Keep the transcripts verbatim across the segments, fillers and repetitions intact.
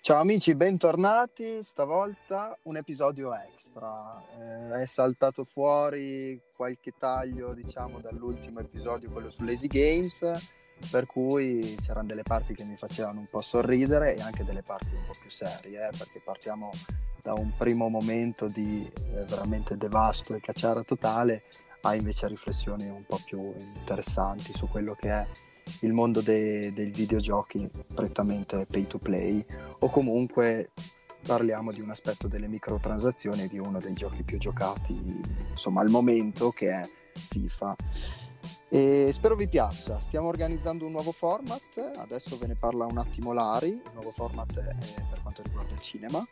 Ciao amici, bentornati. Stavolta un episodio extra. Eh, è saltato fuori qualche taglio, diciamo, dall'ultimo episodio, quello su Lazy Games, per cui c'erano delle parti che mi facevano un po' sorridere e anche delle parti un po' più serie, eh, perché partiamo da un primo momento di eh, veramente devasto e cacciara totale a invece riflessioni un po' più interessanti su quello che è il mondo de- dei videogiochi prettamente pay to play, o comunque parliamo di un aspetto delle microtransazioni di uno dei giochi più giocati insomma al momento, che è FIFA. E spero vi piaccia. Stiamo organizzando un nuovo format, adesso ve ne parla un attimo Lari. Il nuovo format è per quanto riguarda il cinema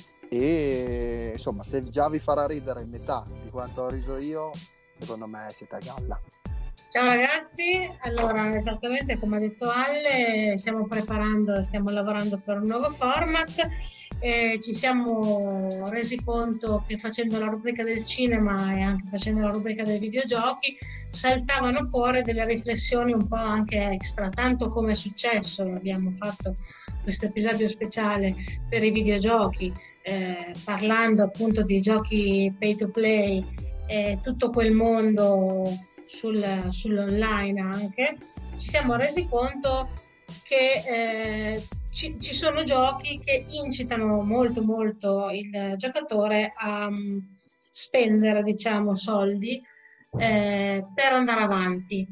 e insomma, se già vi farà ridere metà di quanto ho riso io, secondo me siete a galla. Ciao ragazzi, allora esattamente come ha detto Ale, stiamo preparando, stiamo lavorando per un nuovo format. Eh, ci siamo resi conto che facendo la rubrica del cinema e anche facendo la rubrica dei videogiochi saltavano fuori delle riflessioni un po' anche extra, tanto come è successo, abbiamo fatto questo episodio speciale per i videogiochi, eh, parlando appunto di giochi pay to play e tutto quel mondo sul, sull'online anche. Ci siamo resi conto che eh, ci, ci sono giochi che incitano molto molto il giocatore a um, spendere, diciamo, soldi eh, per andare avanti,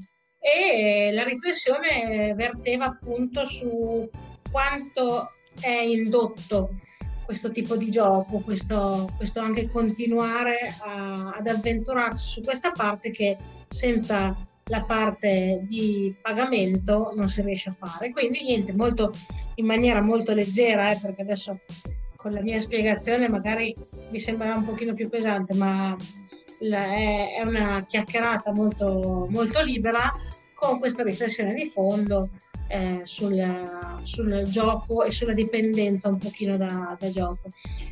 e la riflessione verteva appunto su quanto è indotto questo tipo di gioco, questo, questo anche continuare a, ad avventurarsi su questa parte che senza la parte di pagamento non si riesce a fare. Quindi niente, molto in maniera molto leggera, eh, perché adesso con la mia spiegazione magari mi sembrerà un pochino più pesante, ma la, è, è una chiacchierata molto, molto libera, con questa riflessione di fondo eh, sul, sul gioco e sulla dipendenza un pochino da, da gioco.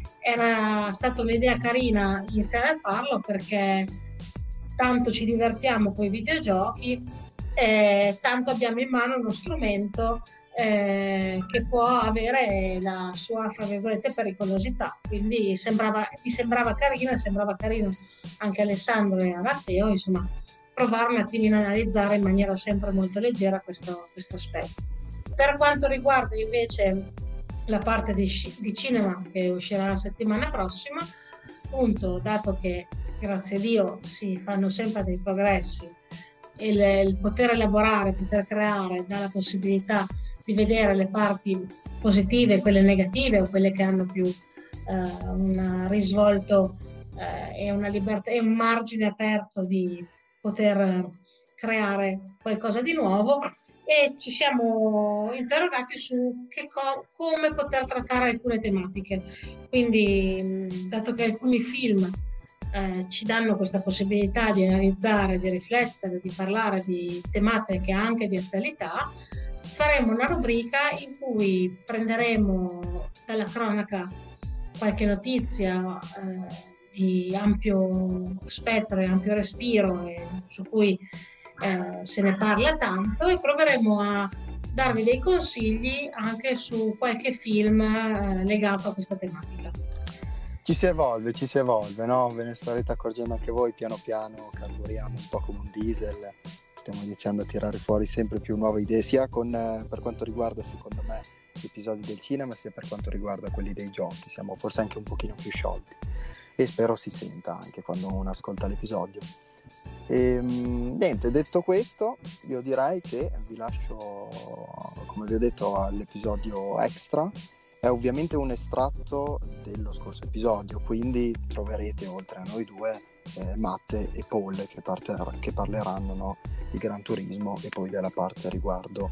Era stata un'idea carina iniziare a farlo perché tanto ci divertiamo con i videogiochi, eh, tanto abbiamo in mano uno strumento eh, che può avere la sua, fra virgolette, pericolosità. Quindi sembrava, mi sembrava carino e sembrava carino anche Alessandro e a Matteo, insomma, provare un attimino a analizzare in maniera sempre molto leggera questo, questo aspetto. Per quanto riguarda invece la parte di, di cinema che uscirà la settimana prossima, appunto, dato che grazie a Dio si fanno sempre dei progressi, il, il poter elaborare, poter creare dà la possibilità di vedere le parti positive, quelle negative o quelle che hanno più eh, un risvolto eh, e una libertà e un margine aperto di poter creare qualcosa di nuovo, e ci siamo interrogati su che co- come poter trattare alcune tematiche. Quindi, dato che alcuni film eh, ci danno questa possibilità di analizzare, di riflettere, di parlare di tematiche anche di attualità, faremo una rubrica in cui prenderemo dalla cronaca qualche notizia eh, di ampio spettro e ampio respiro, e su cui eh, se ne parla tanto, e proveremo a darvi dei consigli anche su qualche film eh, legato a questa tematica. Ci si evolve, ci si evolve, no? Ve ne starete accorgendo anche voi, piano piano carburiamo un po' come un diesel, stiamo iniziando a tirare fuori sempre più nuove idee, sia con, eh, per quanto riguarda, secondo me, gli episodi del cinema, sia per quanto riguarda quelli dei giochi. Siamo forse anche un pochino più sciolti e spero si senta anche quando uno ascolta l'episodio. E, niente, detto questo, io direi che vi lascio, come vi ho detto, all'episodio extra. È ovviamente un estratto dello scorso episodio, quindi troverete oltre a noi due eh, Matte e Paul che, parter- che parleranno, no, di Gran Turismo e poi della parte riguardo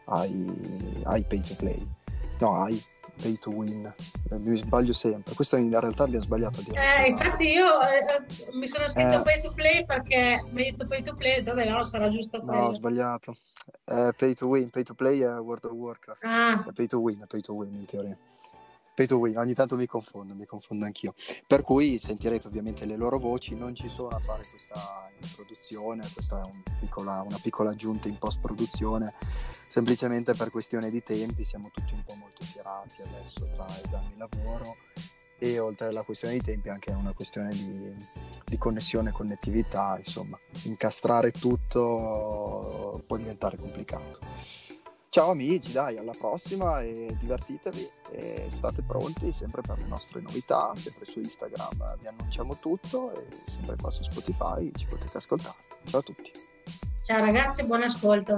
ai, ai pay to play, no, ai pay to win. Eh, mi sbaglio sempre, questo in realtà abbiamo sbagliato a dire. Eh, infatti io eh, mi sono scritto Eh, pay to play perché mi hai detto pay to play, dove no, sarà giusto no, ho quello. sbagliato. Eh, pay to win, pay to play è World of Warcraft. Ah, È pay to win, è pay to win in teoria. Pay to win, ogni tanto mi confondo, mi confondo anch'io. Per cui sentirete ovviamente le loro voci, non ci sono a fare questa introduzione, questa è un piccola, una piccola aggiunta in post-produzione, semplicemente per questione di tempi, siamo tutti un po' molto tirati adesso tra esami e lavoro, e oltre alla questione di tempi anche una questione di, di connessione e connettività, insomma, incastrare tutto può diventare complicato. Ciao amici, dai, alla prossima e divertitevi e state pronti sempre per le nostre novità, sempre su Instagram vi annunciamo tutto e sempre qua su Spotify ci potete ascoltare. Ciao a tutti. Ciao ragazzi, buon ascolto.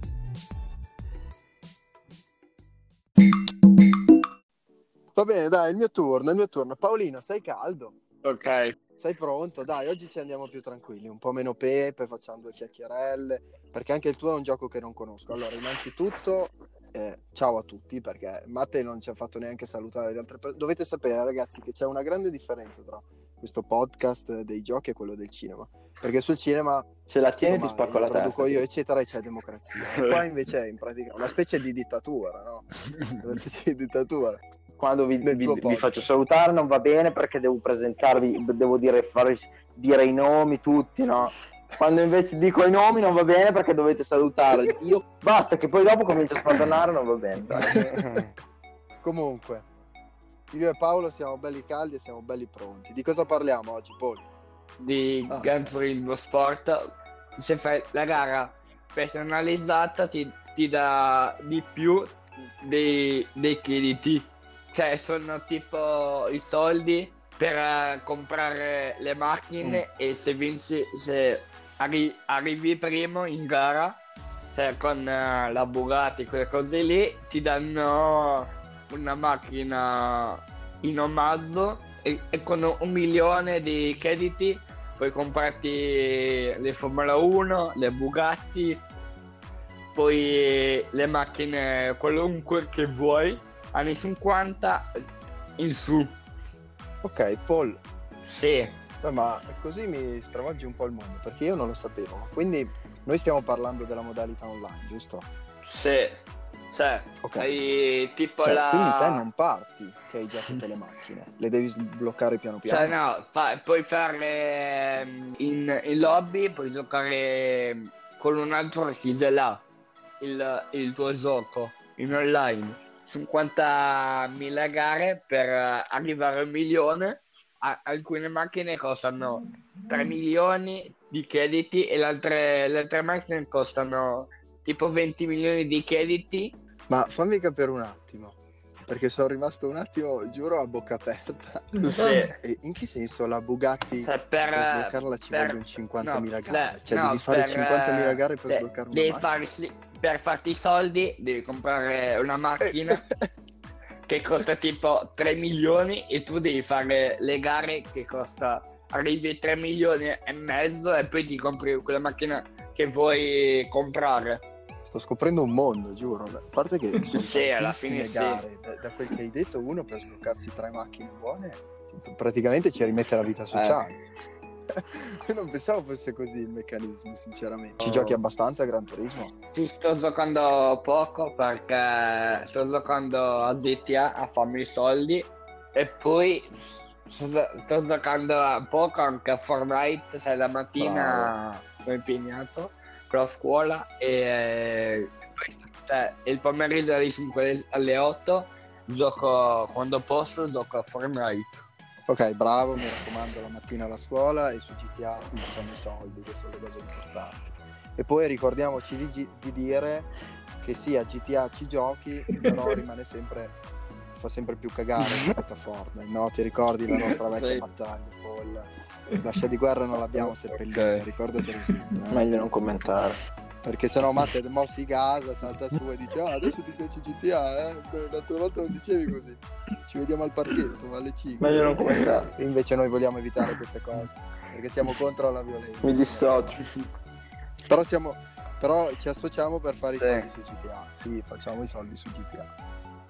Va bene, dai, il mio turno, il mio turno. Paolino, sei caldo? Ok. Sei pronto? Dai, oggi ci andiamo più tranquilli, un po' meno pepe, facciamo due chiacchierelle, perché anche il tuo è un gioco che non conosco. Allora, innanzitutto, eh, ciao a tutti, perché Matte non ci ha fatto neanche salutare le altre persone. Dovete sapere, ragazzi, che c'è una grande differenza tra questo podcast dei giochi e quello del cinema, perché sul cinema se la tieni insomma, ti spacco la introduco testa. io, eccetera, e c'è democrazia. Qua invece è in pratica una specie di dittatura, no? Una specie di dittatura. Quando vi, Nel vi, tuo vi podcast. faccio salutare non va bene perché devo presentarvi, devo dire, fare, dire i nomi tutti, no? Quando invece dico i nomi non va bene perché dovete salutare. Io basta che poi dopo comincio a spandonare, non va bene. Dai. Comunque, io e Paolo siamo belli caldi e siamo belli pronti. Di cosa parliamo oggi, Paolo? Di Ah. Gran Turismo Sport. Se fai la gara personalizzata ti, ti dà di più dei, dei crediti, cioè sono tipo i soldi per uh, comprare le macchine, mm. e se vinci, se arri- arrivi primo in gara, cioè con uh, la Bugatti, quelle cose lì, ti danno una macchina in omaggio e, e con un milione di crediti puoi comprarti le Formula uno, le Bugatti, poi le macchine qualunque che vuoi, anni cinquanta in su. Ok, Paul. Sì. Beh, ma così mi stravolgi un po' il mondo, perché io non lo sapevo. Quindi noi stiamo parlando della modalità online, giusto? Sì. Cioè, ok. Hai tipo cioè, la... Quindi te non parti che hai già tutte le macchine, le devi sbloccare piano piano. Cioè no, fa, puoi fare in, in lobby, puoi giocare con un altro chi ce l'ha il, il tuo gioco in online. cinquantamila gare per arrivare a un milione. A, alcune macchine costano tre milioni di crediti e le altre, le altre macchine costano tipo venti milioni di crediti. Ma fammi capire un attimo, perché sono rimasto un attimo, giuro, a bocca aperta. Sì. E in che senso la Bugatti, cioè, per, per sbloccarla ci per, vogliono cinquantamila no, gare? Cioè no, devi fare per, cinquantamila gare per cioè, sbloccare una devi macchina? farsi, per farti i soldi devi comprare una macchina che costa tipo tre milioni e tu devi fare le gare che costa, arrivi a tre milioni e mezzo e poi ti compri quella macchina che vuoi comprare. Sto scoprendo un mondo, giuro. A parte che sono sì, alla tantissime fine gare, sì. da, da quel che hai detto, uno per sbloccarsi tre macchine buone praticamente ci rimette la vita sociale. Eh. Io non pensavo fosse così il meccanismo, sinceramente. Ci Oh. giochi abbastanza a Gran Turismo? Ci sto giocando poco perché sto giocando a G T A a farmi i soldi e poi sto, sto giocando poco anche a Fortnite, cioè la mattina Bravo. sono impegnato con la scuola e cioè, il pomeriggio dalle cinque alle otto gioco, quando posso gioco a Fortnite. Ok, bravo, mi raccomando, la mattina alla scuola e su G T A facciamo i soldi, che sono le cose importanti. E poi ricordiamoci di, di dire che sì, a G T A ci giochi, però rimane sempre, fa sempre più cagare rispetto a Fortnite, no? Ti ricordi la nostra vecchia sì. battaglia, Paul? La scia di guerra non l'abbiamo seppellita, okay. Ricordatelo sempre. Eh? Meglio non commentare. Perché sennò Matte mo si gasa, salta su e dice ah, adesso ti piace G T A, eh? L'altra volta non dicevi così. Ci vediamo al parchetto, alle cinque. Meglio non commentare. E invece noi vogliamo evitare queste cose, perché siamo contro la violenza. Mi dissocio. Però siamo però ci associamo per fare sì. i soldi su G T A. Sì, facciamo i soldi su G T A.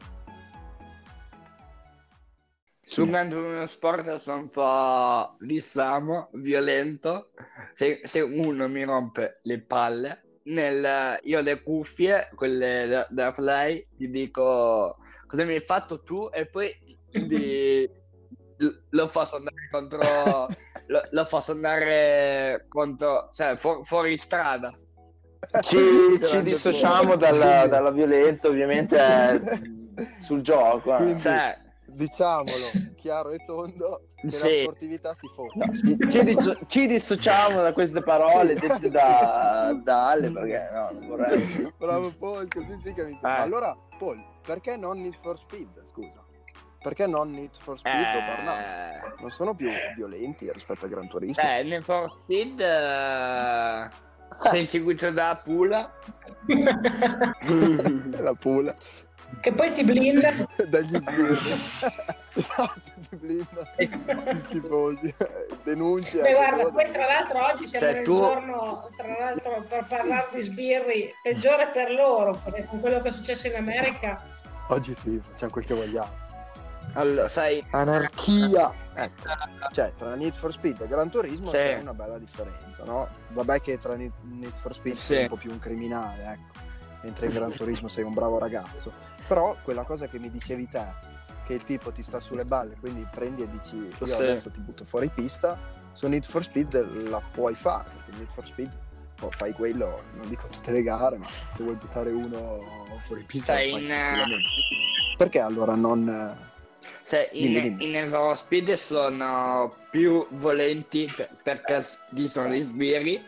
Su Gran Turismo Sport sono un po' diciamo violento. Se, se uno mi rompe le palle, nel, io ho le cuffie, quelle da, da Play, gli dico cosa mi hai fatto tu e poi gli, lo faccio andare contro lo, lo faccio andare contro, cioè fu, fuori strada. Ci, ci dissociamo dalla, dalla violenza, ovviamente. sul gioco. Eh. Quindi, Cioè, diciamolo chiaro e tondo, che Sì. la sportività si fonda. No, ci, ci disso- ci dissociamo da queste parole Sì. dette da, da Ale, perché no, non vorrei. Bravo Paul, così sì che mi... Eh. Ma allora, Paul, perché non Need for Speed, scusa? Perché non Need for Speed o Burnout? eh, Non sono più violenti rispetto a Gran Turismo? cioè, nel For Speed eh, sei seguito da Pula. La pula. Che poi ti blinda. Dagli sbirri. Esatto, ti blinda. Sti schifosi. Denunce. Beh, anche guarda, loro. poi tra l'altro oggi siamo Cioè, nel tu- giorno, tra l'altro per parlare di sbirri, peggiore per loro, perché con quello che è successo in America. Oggi sì, facciamo quel che vogliamo. Allora, sai, Anarchia. Ecco, cioè tra Need for Speed e Gran Turismo Sì. c'è una bella differenza, no? Vabbè che tra Need Need for Speed Sì. sei un po' più un criminale, ecco, mentre in Gran Turismo sei un bravo ragazzo. Però quella cosa che mi dicevi te, che il tipo ti sta sulle balle, quindi prendi e dici io Sì. adesso ti butto fuori pista, su Need for Speed la puoi fare, perché Need for Speed oh, fai quello, non dico tutte le gare, ma se vuoi buttare uno fuori pista sai, lo fai in, tranquillamente. Perché allora non... cioè, in, Dimmi, dimmi. in Need for Speed sono più volenti per- perché ci sono gli sbirri,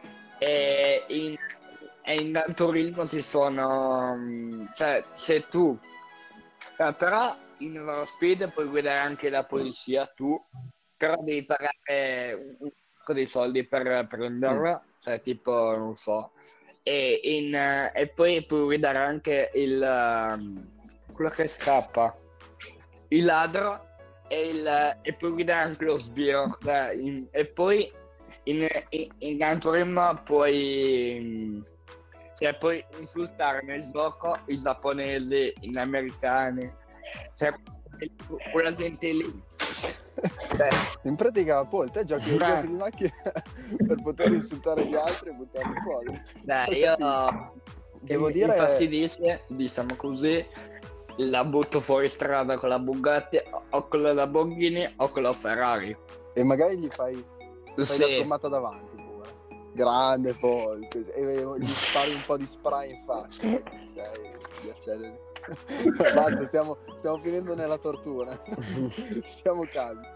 e in, e in Gran Turismo ci sono, mm, cioè, se tu, eh, però in Need for Speed puoi guidare anche la polizia tu, però devi pagare un sacco di soldi per prenderla, cioè tipo, non so, e, in, eh, e poi puoi guidare anche il, ehm, quello che scappa, il ladro, e, il, e puoi guidare anche lo sbirro, eh, in- e poi in, in, in Gran Turismo puoi, mm, cioè, puoi insultare nel gioco i giapponesi, gli americani, cioè quella gente lì. Cioè, In pratica, Paul, te giochi ai Beh. giochi di macchina per poter insultare gli altri e buttarli fuori. dai, io Devo mi dire, infastidisce, diciamo così, la butto fuori strada con la Bugatti o con la Lamborghini o con la Ferrari. e magari gli fai, fai Sì. la sgommata davanti pure. Grande Paul, così, e gli spari un po' di spray in faccia. Sai che ci sei, ti acceleri. Basta, stiamo, stiamo finendo nella tortura. Stiamo calmi.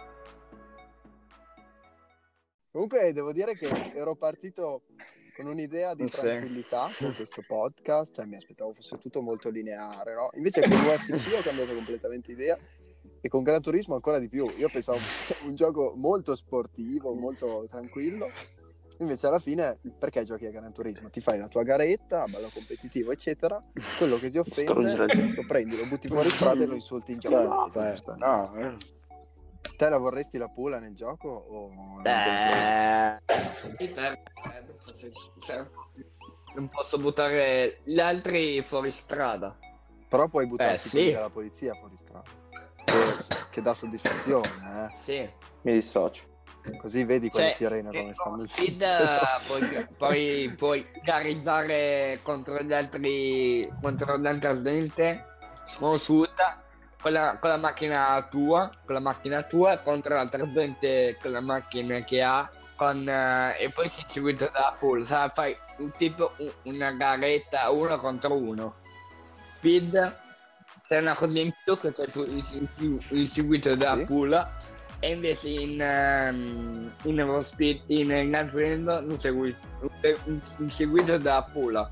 Comunque devo dire che ero partito con un'idea di Sì. tranquillità con questo podcast, cioè mi aspettavo fosse tutto molto lineare, no? Invece con l'U F C ho cambiato completamente idea e con Gran Turismo ancora di più. Io pensavo fosse un gioco molto sportivo, molto tranquillo. Invece alla fine, perché giochi a Gran Turismo? Ti fai la tua garetta, bello competitivo, eccetera. Quello che ti offende lo prendi, lo butti fuori strada e lo insulti in gioco. No, eh. Te la vorresti la pula nel gioco o non te ne frega? Eh, per- cioè, non posso buttare gli altri fuori strada. Però puoi buttarti Eh, sì. quelli della polizia fuori strada, che, che dà soddisfazione, eh? Sì. Mi dissocio. Così vedi quelle Cioè, sirene in come stanno il Speed, eh, puoi, puoi, puoi gareggiare contro gli altri, contro gli altri gente sconosciuta con la, con la macchina tua, con la macchina tua contro l'altra gente con la macchina che ha, con, eh, e poi sei seguito da pool, sai, fai un tipo un- una garetta uno contro uno. Speed c'è una cosa in più che sei tu in, in, in seguito da Sì. pool, e invece in um, in Eurospeed, in Gran Turismo non segui, in, in seguito da Pula.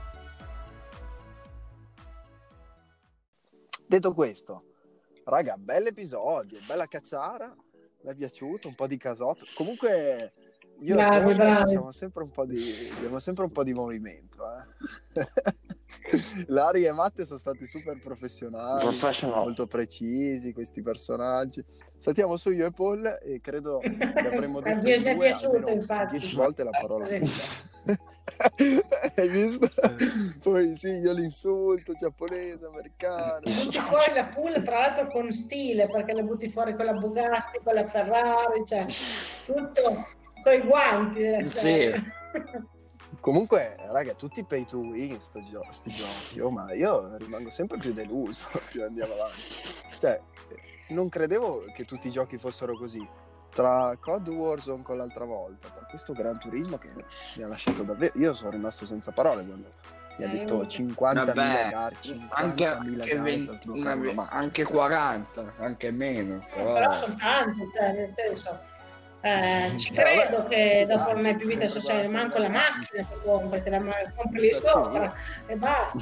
Detto questo, raga, bell'episodio, bella cacciara, mi è piaciuto, un po' di casotto. Comunque io Bravi, e Paul bravi. facciamo sempre un po' di abbiamo sempre un po' di movimento, eh. Lari e Matte sono stati super professionali, Professional. molto precisi questi personaggi. Saltiamo su io e Paul e credo che avremmo detto Mi è- in mi è due piaciuto, almeno infatti. dieci volte la parola Sì. pula. Hai visto? Poi sì, io l'insulto giapponese, americano. Butti fuori la pool, tra l'altro con stile, perché la butti fuori con la Bugatti, con la Ferrari, cioè tutto con i guanti. eh, cioè. Comunque, raga, tutti pay to win sto gio- sti giochi, oh, ma io rimango sempre più deluso più andiamo avanti. Cioè, non credevo che tutti i giochi fossero così. Tra C O D Warzone con l'altra volta, tra questo Gran Turismo che mi ha lasciato davvero... Io sono rimasto senza parole quando mi ha Eh, detto io- cinquantamila Vabbè, gare, anche, cinquantamila anche, gare venti, per sbloccare una macchina. anche Cioè, quaranta, anche meno. Eh, Però... però sono tanti, cioè, nel senso, eh, ci Eh, credo vabbè, che sì, dopo dai, non hai più vita sempre sociale, manco la quarantamila gare. macchina che compri, te la ma- compri lì Eh, sopra sì. e basta.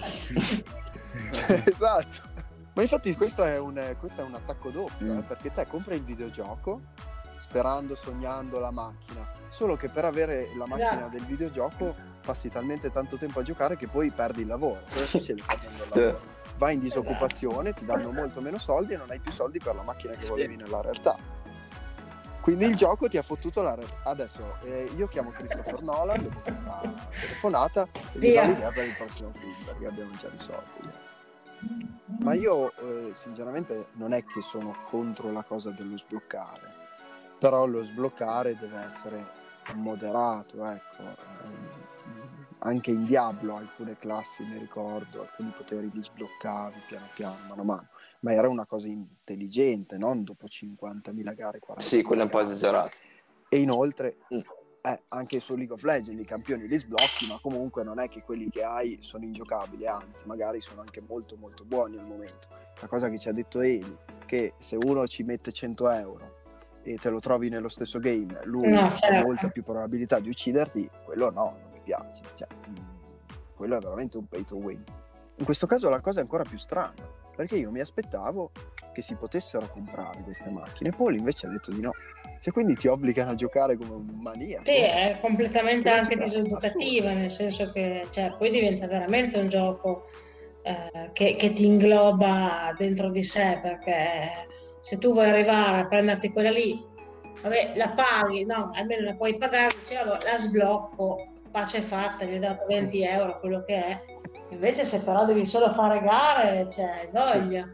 Esatto. Ma infatti questo è un, questo è un attacco doppio, Mm. eh, perché te compri il videogioco sperando, sognando la macchina, solo che per avere la macchina Esatto. del videogioco passi talmente tanto tempo a giocare che poi perdi il lavoro. Cosa succede perdendo il lavoro? Vai in disoccupazione, ti danno molto meno soldi e non hai più soldi per la macchina che volevi nella realtà. Quindi il gioco ti ha fottuto la realtà. Adesso eh, io chiamo Christopher Nolan dopo questa telefonata e gli Via. do l'idea per il prossimo film, perché abbiamo già risolto. Via. Ma io eh, sinceramente non è che sono contro la cosa dello sbloccare, però lo sbloccare deve essere moderato, ecco. Eh, anche in Diablo alcune classi, mi ricordo, alcuni poteri li sbloccavi piano piano, mano a mano, ma era una cosa intelligente, non dopo cinquantamila gare, quarantamila Sì, quello è un po' gare. esagerato. E inoltre Mm. eh, anche su League of Legends i campioni li sblocchi, ma comunque non è che quelli che hai sono ingiocabili, anzi magari sono anche molto molto buoni al momento. La cosa che ci ha detto Eli, che se uno ci mette cento euro e te lo trovi nello stesso game, lui No, ha certo. molta più probabilità di ucciderti, quello no, non mi piace, cioè, mh, quello è veramente un pay to win. In questo caso la cosa è ancora più strana, perché io mi aspettavo che si potessero comprare queste macchine, Paul invece ha detto di no. Cioè, quindi ti obbligano a giocare come un maniaco. Sì, è completamente Che anche logica diseducativa, assurda. nel senso che cioè, poi diventa veramente un gioco eh, che, che ti ingloba dentro di sé, perché se tu vuoi arrivare a prenderti quella lì, vabbè, la paghi, no, almeno la puoi pagare, dici, allora, la sblocco, pace fatta, gli ho dato venti euro, quello che è. Invece se però devi solo fare gare, cioè, voglia.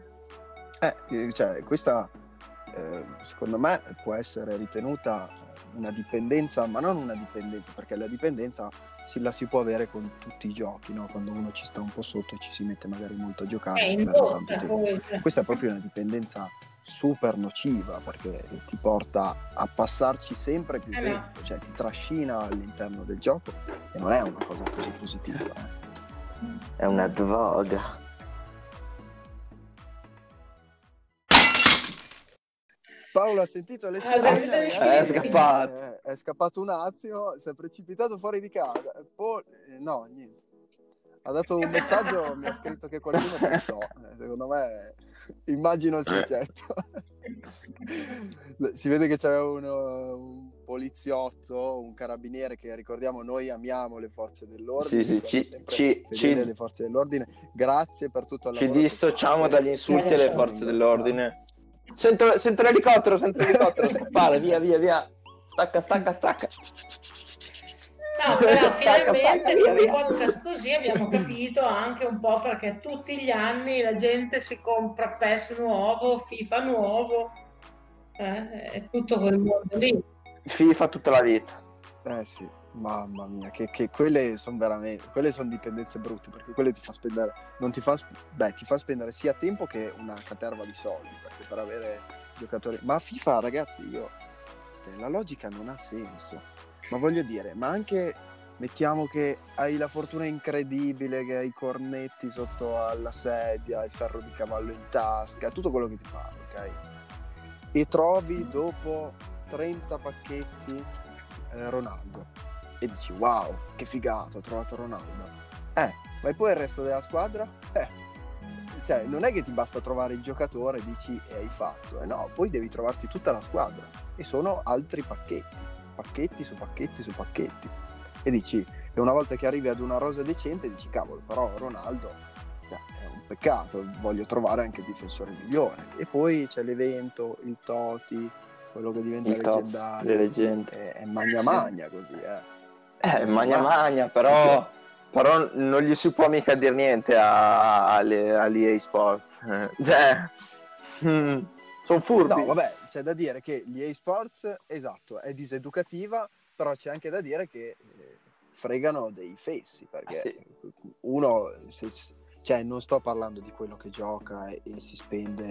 Eh, cioè, questa eh, secondo me può essere ritenuta una dipendenza, ma non una dipendenza, perché la dipendenza si, la si può avere con tutti i giochi, no? Quando uno ci sta un po' sotto e ci si mette magari molto a giocare, È si in perde tanto bocca, tempo. poi, cioè. Questa è proprio una dipendenza super nociva, perché ti porta a passarci sempre più Eh no. tempo, cioè ti trascina all'interno del gioco e non è una cosa così positiva. eh. È una droga. Paolo ha sentito le Ah, sirene, sì, ragazzi, sì. È scappato. eh, è scappato un attimo, si è precipitato fuori di casa. E poi, eh, no, niente. Ha dato un messaggio, mi ha scritto che qualcuno passò. Eh, secondo me, immagino il soggetto. Si vede che c'è uno, un poliziotto, un carabiniere che, ricordiamo, noi amiamo le forze dell'ordine, Sì, sì, siamo ci, sempre ci, fedeli ci, alle forze dell'ordine. Grazie per tutto il ci lavoro che dissociamo fate. dagli insulti alle Adesso- forze dell'ordine. Sento, sento l'elicottero, sento l'elicottero, scappare, via, via, via. Stacca, stacca, stacca. No, però Stacca, finalmente stacca, con via, un via. podcast così abbiamo capito anche un po' perché tutti gli anni la gente si compra P E S nuovo, FIFA nuovo, eh, è tutto quel mondo lì. FIFA tutta la vita. Eh sì, mamma mia, che, che quelle sono veramente, quelle sono dipendenze brutte, perché quelle ti fa spendere, non ti fa, sp- beh, ti fa spendere sia tempo che una caterva di soldi, perché per avere giocatori, ma FIFA, ragazzi, io, cioè, la logica non ha senso, ma voglio dire, ma anche, mettiamo che hai la fortuna incredibile, che hai i cornetti sotto alla sedia, il ferro di cavallo in tasca, tutto quello che ti pare, ok? E trovi dopo trenta pacchetti eh, Ronaldo e dici wow, che figata, ho trovato Ronaldo. Eh, ma e poi il resto della squadra? Eh, cioè non è che ti basta trovare il giocatore e dici e hai fatto, eh no, poi devi trovarti tutta la squadra e sono altri pacchetti, pacchetti su pacchetti su pacchetti e dici, e una volta che arrivi ad una rosa decente dici cavolo, però Ronaldo, cioè, è un peccato, voglio trovare anche il difensore migliore. E poi c'è l'evento, il Toti, quello che diventa Il Toz, leggendario, le leggende. è, è magna magna così, eh. Eh, magna magna, però, però non gli si può mica dire niente a- alle, agli E A Sports. Eh, cioè, mm, sono furbi. No, vabbè, c'è da dire che gli E A Sports, esatto, è diseducativa, però c'è anche da dire che eh, fregano dei fessi, perché Ah, sì. uno, se, cioè non sto parlando di quello che gioca e, e si spende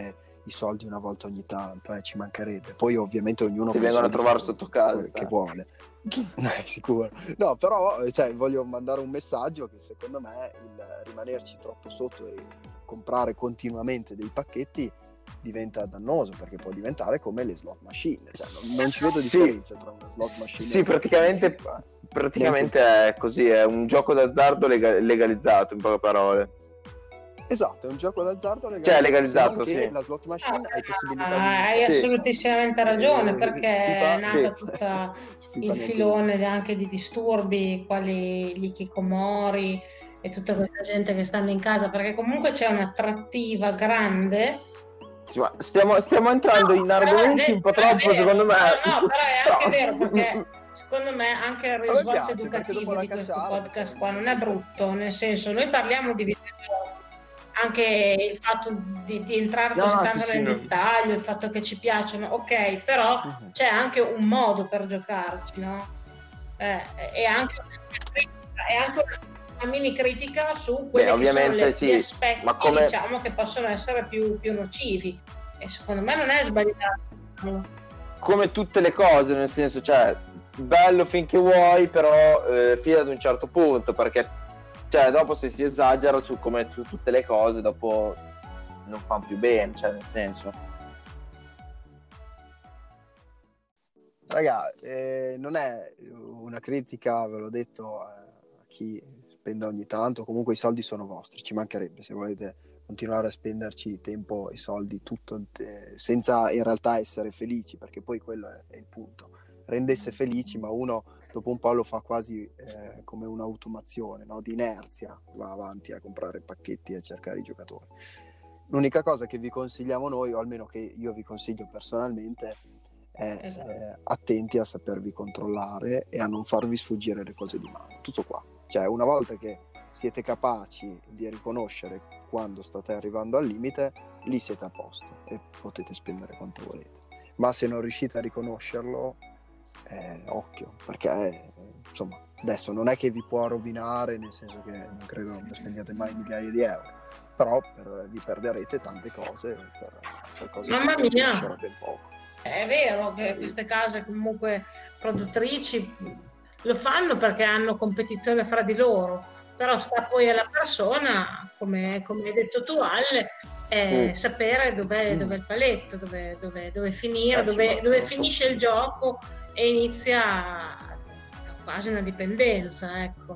i soldi una volta ogni tanto, eh, ci mancherebbe. Poi ovviamente ognuno ti con i vengono a soldi trovare fa sotto casa quel che vuole. Eh, sicuro. No, però cioè, voglio mandare un messaggio che secondo me il rimanerci troppo sotto e comprare continuamente dei pacchetti diventa dannoso, perché può diventare come le slot machine, cioè, non, non ci vedo Sì. differenza tra una slot machine Sì, e un pacchetto di praticamente, FIFA, eh. praticamente è così, è un gioco d'azzardo lega- legalizzato, in poche parole. Esatto, è un gioco d'azzardo legalizzato, Cioè, legalizzato, se non che sì. la slot machine No, hai possibilità di hai vincere. Sì. assolutissimamente ragione, Eh, perché FIFA- è nato sì. tutto FIFA il neanche filone anche di disturbi, quali gli hikikomori e tutta questa gente che stanno in casa, perché comunque c'è un'attrattiva grande. Sì, ma stiamo, stiamo entrando in No, però argomenti è- un po' però è troppo, vero. secondo me. No, no, però è anche Però- vero, perché secondo me anche il A me risvolto piace, perché dopo educativo la di questo cacciara podcast mi qua sono non è molto brutto, interessato. nel senso, noi parliamo di videogiochi, anche il fatto di, di entrare No, così no, tanto sì, sì, nel no. dettaglio, il fatto che ci piacciono, ok, però Mhm. c'è anche un modo per giocarci, no? Eh, e anche è anche una mini critica su quelli Beh, che sono ovviamente le- sì, gli aspetti, ma come- diciamo, che possono essere più, più nocivi. E secondo me non è sbagliato. Come tutte le cose, nel senso, cioè, bello finché vuoi, però eh, fino ad un certo punto, perché cioè, dopo se si esagera su come su tutte le cose, dopo non fanno più bene, cioè, nel senso. Raga, eh, non è una critica, ve l'ho detto, eh, a chi spende ogni tanto, comunque i soldi sono vostri, ci mancherebbe se volete continuare a spenderci tempo e soldi tutto eh, senza in realtà essere felici, perché poi quello è, è il punto, rendesse felici, ma uno dopo un po' lo fa quasi eh, come un'automazione, no? Di inerzia, va avanti a comprare pacchetti e a cercare i giocatori. L'unica cosa che vi consigliamo noi, o almeno che io vi consiglio personalmente, è Esatto. eh, attenti a sapervi controllare e a non farvi sfuggire le cose di mano. Tutto qua. Cioè, una volta che siete capaci di riconoscere quando state arrivando al limite, lì siete a posto e potete spendere quanto volete. Ma se non riuscite a riconoscerlo, eh, occhio, perché eh, insomma, adesso non è che vi può rovinare, nel senso che non credo ne spendiate mai migliaia di euro, però per, vi perderete tante cose per, per cose Mamma che mia. conoscerà ben poco. È vero che queste case comunque produttrici lo fanno perché hanno competizione fra di loro, però sta poi alla persona, come, come hai detto tu Ale, eh, Mm. sapere dov'è, Mm. dov'è il paletto, dove, dove, dove finire, Eh, ci dove, va, dove ce lo so. finisce il gioco e inizia quasi una dipendenza, ecco.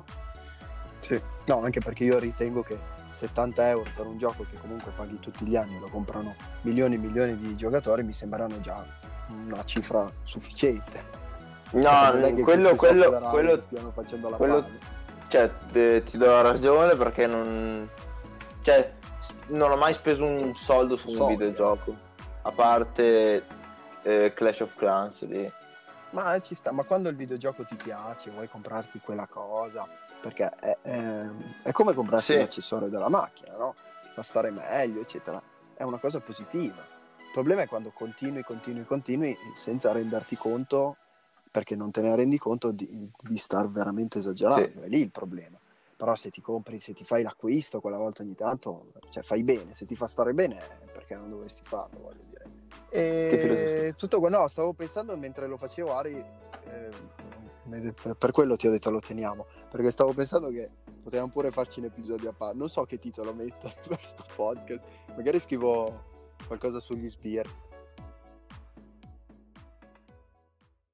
Sì, no, anche perché io ritengo che settanta euro per un gioco che comunque paghi tutti gli anni, lo comprano milioni e milioni di giocatori, mi sembrano già una cifra sufficiente. No, Non è che quello, questi quello, software house quello, stiano facendo la quello- fame. cioè, eh, ti do ragione perché non, cioè, non ho mai speso un soldo su un Soldi, videogioco, a parte eh, Clash of Clans lì. Ma eh, ci sta, ma quando il videogioco ti piace, vuoi comprarti quella cosa, perché è, è, è come comprarsi Sì. l'accessorio della macchina, no? Fa stare meglio, eccetera. È una cosa positiva. Il problema è quando continui, continui, continui senza renderti conto, perché non te ne rendi conto di, di star veramente esagerando. Sì. È lì il problema. Però se ti compri, se ti fai l'acquisto quella volta ogni tanto, cioè fai bene. Se ti fa stare bene è perché non dovresti farlo, voglio dire. E tutto qua, no, stavo pensando mentre lo facevo, Ari, eh, per quello ti ho detto lo teniamo, perché stavo pensando che potevamo pure farci un episodio a parte. Non so che titolo mettere per questo podcast, magari scrivo qualcosa sugli sbirri.